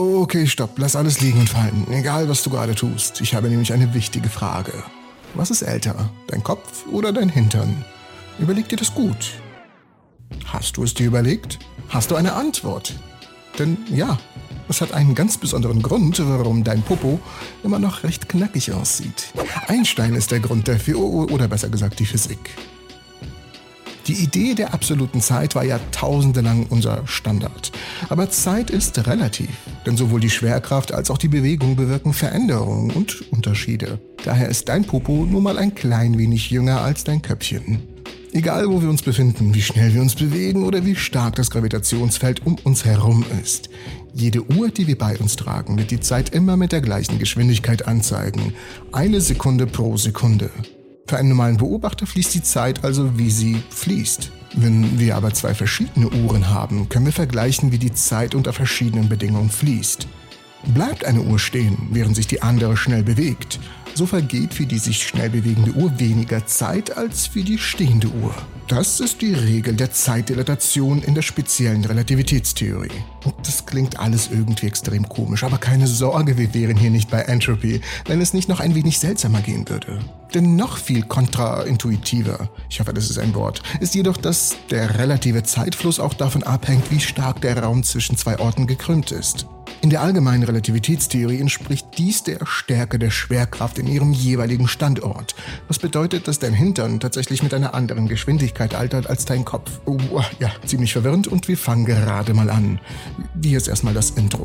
Okay, stopp, lass alles liegen und fallen, egal was du gerade tust. Ich habe nämlich eine wichtige Frage. Was ist älter, dein Kopf oder dein Hintern? Überleg dir das gut. Hast du es dir überlegt? Hast du eine Antwort? Denn ja, es hat einen ganz besonderen Grund, warum dein Popo immer noch recht knackig aussieht. Einstein ist der Grund dafür, oder besser gesagt die Physik. Die Idee der absoluten Zeit war jahrtausendelang unser Standard. Aber Zeit ist relativ, denn sowohl die Schwerkraft als auch die Bewegung bewirken Veränderungen und Unterschiede. Daher ist dein Popo nur mal ein klein wenig jünger als dein Köpfchen. Egal wo wir uns befinden, wie schnell wir uns bewegen oder wie stark das Gravitationsfeld um uns herum ist. Jede Uhr, die wir bei uns tragen, wird die Zeit immer mit der gleichen Geschwindigkeit anzeigen. 1 Sekunde pro Sekunde. Für einen normalen Beobachter fließt die Zeit also, wie sie fließt. Wenn wir aber 2 verschiedene Uhren haben, können wir vergleichen, wie die Zeit unter verschiedenen Bedingungen fließt. Bleibt eine Uhr stehen, während sich die andere schnell bewegt, so vergeht für die sich schnell bewegende Uhr weniger Zeit als für die stehende Uhr. Das ist die Regel der Zeitdilatation in der speziellen Relativitätstheorie. Und das klingt alles irgendwie extrem komisch, aber keine Sorge, wir wären hier nicht bei Entropy, wenn es nicht noch ein wenig seltsamer gehen würde. Denn noch viel kontraintuitiver, ich hoffe, das ist ein Wort, ist jedoch, dass der relative Zeitfluss auch davon abhängt, wie stark der Raum zwischen 2 Orten gekrümmt ist. In der allgemeinen Relativitätstheorie entspricht dies der Stärke der Schwerkraft in ihrem jeweiligen Standort. Was bedeutet, dass dein Hintern tatsächlich mit einer anderen Geschwindigkeit altert als dein Kopf. Ja, ziemlich verwirrend und wir fangen gerade mal an. Hier ist erstmal das Intro.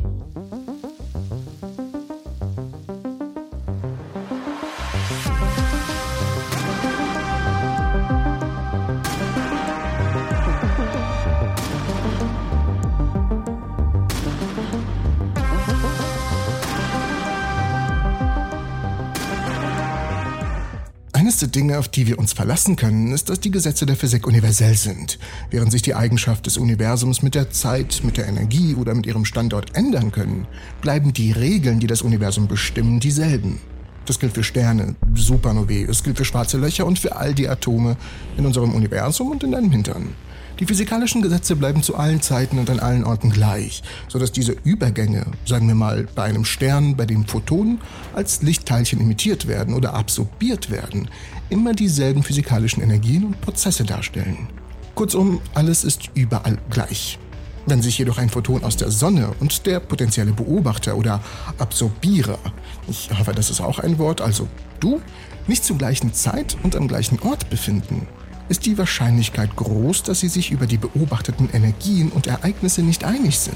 Eines der Dinge, auf die wir uns verlassen können, ist, dass die Gesetze der Physik universell sind. Während sich die Eigenschaften des Universums mit der Zeit, mit der Energie oder mit ihrem Standort ändern können, bleiben die Regeln, die das Universum bestimmen, dieselben. Das gilt für Sterne, Supernovae, es gilt für schwarze Löcher und für all die Atome in unserem Universum und in deinem Hintern. Die physikalischen Gesetze bleiben zu allen Zeiten und an allen Orten gleich, sodass diese Übergänge, sagen wir mal bei einem Stern, bei dem Photonen als Lichtteilchen emittiert werden oder absorbiert werden, immer dieselben physikalischen Energien und Prozesse darstellen. Kurzum, alles ist überall gleich. Wenn sich jedoch ein Photon aus der Sonne und der potenzielle Beobachter oder Absorbierer, ich hoffe, das ist auch ein Wort, also du, nicht zur gleichen Zeit und am gleichen Ort befinden, ist die Wahrscheinlichkeit groß, dass sie sich über die beobachteten Energien und Ereignisse nicht einig sind.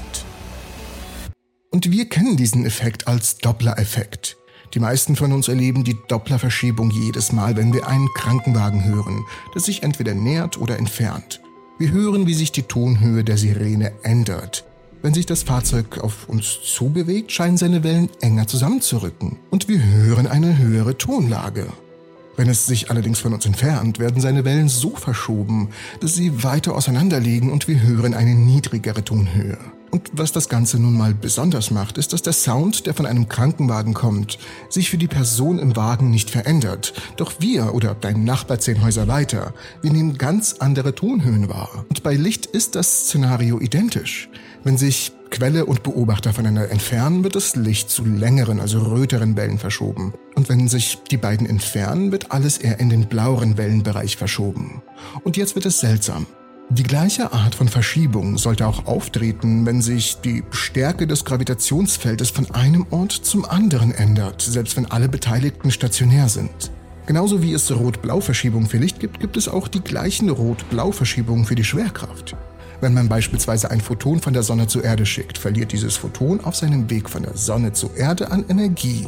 Und wir kennen diesen Effekt als Doppler-Effekt. Die meisten von uns erleben die Doppler-Verschiebung jedes Mal, wenn wir einen Krankenwagen hören, der sich entweder nähert oder entfernt. Wir hören, wie sich die Tonhöhe der Sirene ändert. Wenn sich das Fahrzeug auf uns zubewegt, scheinen seine Wellen enger zusammenzurücken und wir hören eine höhere Tonlage. Wenn es sich allerdings von uns entfernt, werden seine Wellen so verschoben, dass sie weiter auseinander liegen und wir hören eine niedrigere Tonhöhe. Und was das Ganze nun mal besonders macht, ist, dass der Sound, der von einem Krankenwagen kommt, sich für die Person im Wagen nicht verändert. Doch wir oder dein Nachbar 10 Häuser weiter, wir nehmen ganz andere Tonhöhen wahr. Und bei Licht ist das Szenario identisch. Wenn sich Quelle und Beobachter voneinander entfernen, wird das Licht zu längeren, also röteren Wellen verschoben. Und wenn sich die beiden entfernen, wird alles eher in den blaueren Wellenbereich verschoben. Und jetzt wird es seltsam. Die gleiche Art von Verschiebung sollte auch auftreten, wenn sich die Stärke des Gravitationsfeldes von einem Ort zum anderen ändert, selbst wenn alle Beteiligten stationär sind. Genauso wie es Rot-Blau-Verschiebungen für Licht gibt, gibt es auch die gleichen Rot-Blau-Verschiebungen für die Schwerkraft. Wenn man beispielsweise ein Photon von der Sonne zur Erde schickt, verliert dieses Photon auf seinem Weg von der Sonne zur Erde an Energie.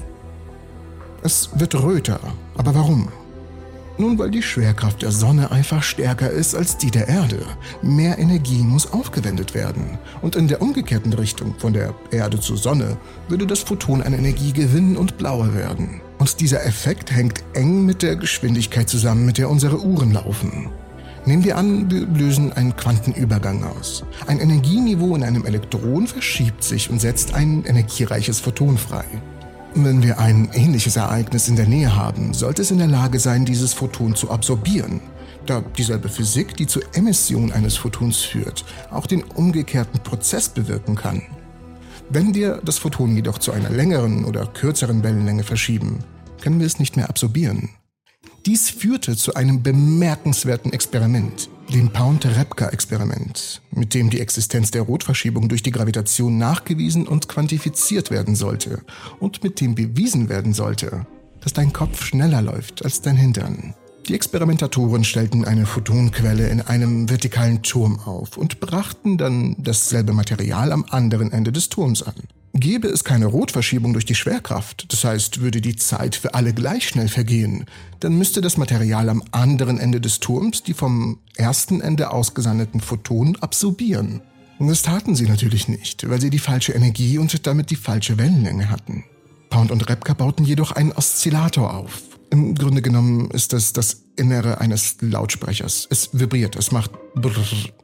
Es wird röter. Aber warum? Nun, weil die Schwerkraft der Sonne einfach stärker ist als die der Erde. Mehr Energie muss aufgewendet werden. Und in der umgekehrten Richtung, von der Erde zur Sonne, würde das Photon an Energie gewinnen und blauer werden. Und dieser Effekt hängt eng mit der Geschwindigkeit zusammen, mit der unsere Uhren laufen. Nehmen wir an, wir lösen einen Quantenübergang aus. Ein Energieniveau in einem Elektron verschiebt sich und setzt ein energiereiches Photon frei. Wenn wir ein ähnliches Ereignis in der Nähe haben, sollte es in der Lage sein, dieses Photon zu absorbieren, da dieselbe Physik, die zur Emission eines Photons führt, auch den umgekehrten Prozess bewirken kann. Wenn wir das Photon jedoch zu einer längeren oder kürzeren Wellenlänge verschieben, können wir es nicht mehr absorbieren. Dies führte zu einem bemerkenswerten Experiment, dem Pound-Repka-Experiment, mit dem die Existenz der Rotverschiebung durch die Gravitation nachgewiesen und quantifiziert werden sollte und mit dem bewiesen werden sollte, dass dein Kopf schneller läuft als dein Hintern. Die Experimentatoren stellten eine Photonquelle in einem vertikalen Turm auf und brachten dann dasselbe Material am anderen Ende des Turms an. Gäbe es keine Rotverschiebung durch die Schwerkraft, das heißt, würde die Zeit für alle gleich schnell vergehen, dann müsste das Material am anderen Ende des Turms die vom ersten Ende ausgesendeten Photonen absorbieren. Und das taten sie natürlich nicht, weil sie die falsche Energie und damit die falsche Wellenlänge hatten. Pound und Repka bauten jedoch einen Oszillator auf. Im Grunde genommen ist es das Innere eines Lautsprechers. Es vibriert, es macht Brrr.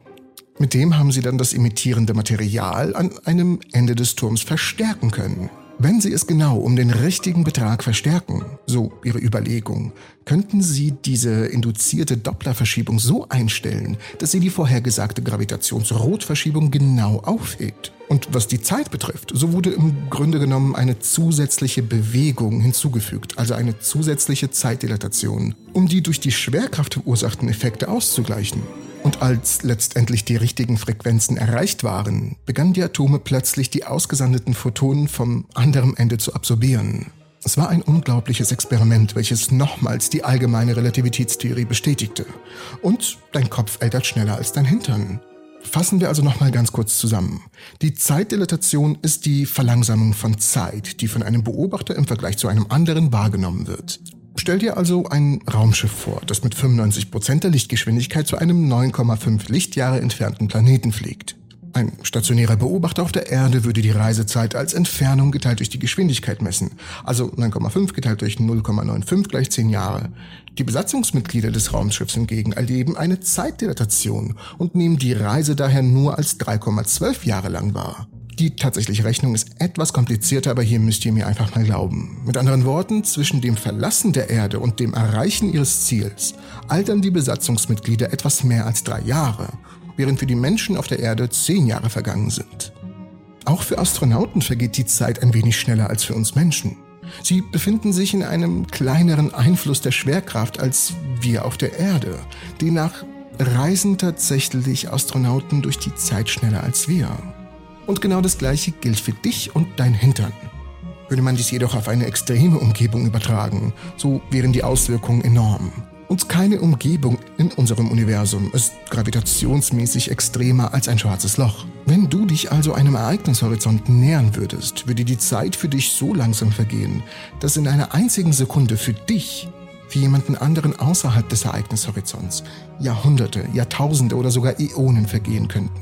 Mit dem haben sie dann das imitierende Material an einem Ende des Turms verstärken können. Wenn sie es genau um den richtigen Betrag verstärken, so ihre Überlegung, könnten sie diese induzierte Dopplerverschiebung so einstellen, dass sie die vorhergesagte Gravitationsrotverschiebung genau aufhebt. Und was die Zeit betrifft, so wurde im Grunde genommen eine zusätzliche Bewegung hinzugefügt, also eine zusätzliche Zeitdilatation, um die durch die Schwerkraft verursachten Effekte auszugleichen. Und als letztendlich die richtigen Frequenzen erreicht waren, begannen die Atome plötzlich die ausgesendeten Photonen vom anderen Ende zu absorbieren. Es war ein unglaubliches Experiment, welches nochmals die allgemeine Relativitätstheorie bestätigte. Und dein Kopf altert schneller als dein Hintern. Fassen wir also nochmal ganz kurz zusammen. Die Zeitdilatation ist die Verlangsamung von Zeit, die von einem Beobachter im Vergleich zu einem anderen wahrgenommen wird. Stell dir also ein Raumschiff vor, das mit 95% der Lichtgeschwindigkeit zu einem 9,5 Lichtjahre entfernten Planeten fliegt. Ein stationärer Beobachter auf der Erde würde die Reisezeit als Entfernung geteilt durch die Geschwindigkeit messen, also 9,5 geteilt durch 0,95 gleich 10 Jahre. Die Besatzungsmitglieder des Raumschiffs hingegen erleben eine Zeitdilatation und nehmen die Reise daher nur als 3,12 Jahre lang wahr. Die tatsächliche Rechnung ist etwas komplizierter, aber hier müsst ihr mir einfach mal glauben. Mit anderen Worten, zwischen dem Verlassen der Erde und dem Erreichen ihres Ziels altern die Besatzungsmitglieder etwas mehr als 3 Jahre, während für die Menschen auf der Erde 10 Jahre vergangen sind. Auch für Astronauten vergeht die Zeit ein wenig schneller als für uns Menschen. Sie befinden sich in einem kleineren Einfluss der Schwerkraft als wir auf der Erde. Demnach reisen tatsächlich Astronauten durch die Zeit schneller als wir. Und genau das Gleiche gilt für dich und dein Hintern. Würde man dies jedoch auf eine extreme Umgebung übertragen, so wären die Auswirkungen enorm. Und keine Umgebung in unserem Universum ist gravitationsmäßig extremer als ein schwarzes Loch. Wenn du dich also einem Ereignishorizont nähern würdest, würde die Zeit für dich so langsam vergehen, dass in einer einzigen Sekunde für dich, für jemanden anderen außerhalb des Ereignishorizonts, Jahrhunderte, Jahrtausende oder sogar Äonen vergehen könnten.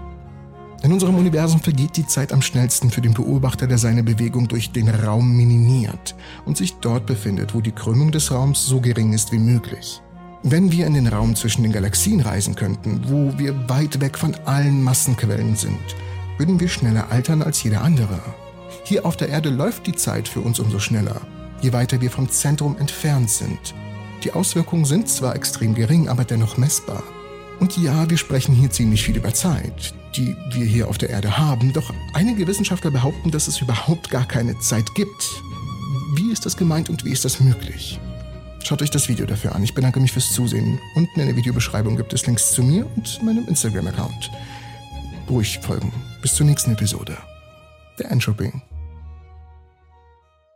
In unserem Universum vergeht die Zeit am schnellsten für den Beobachter, der seine Bewegung durch den Raum minimiert und sich dort befindet, wo die Krümmung des Raums so gering ist wie möglich. Wenn wir in den Raum zwischen den Galaxien reisen könnten, wo wir weit weg von allen Massenquellen sind, würden wir schneller altern als jeder andere. Hier auf der Erde läuft die Zeit für uns umso schneller, je weiter wir vom Zentrum entfernt sind. Die Auswirkungen sind zwar extrem gering, aber dennoch messbar. Und ja, wir sprechen hier ziemlich viel über Zeit, die wir hier auf der Erde haben, doch einige Wissenschaftler behaupten, dass es überhaupt gar keine Zeit gibt. Wie ist das gemeint und wie ist das möglich? Schaut euch das Video dafür an. Ich bedanke mich fürs Zusehen. Unten in der Videobeschreibung gibt es Links zu mir und meinem Instagram-Account. Ruhig folgen. Bis zur nächsten Episode. Der Entroping.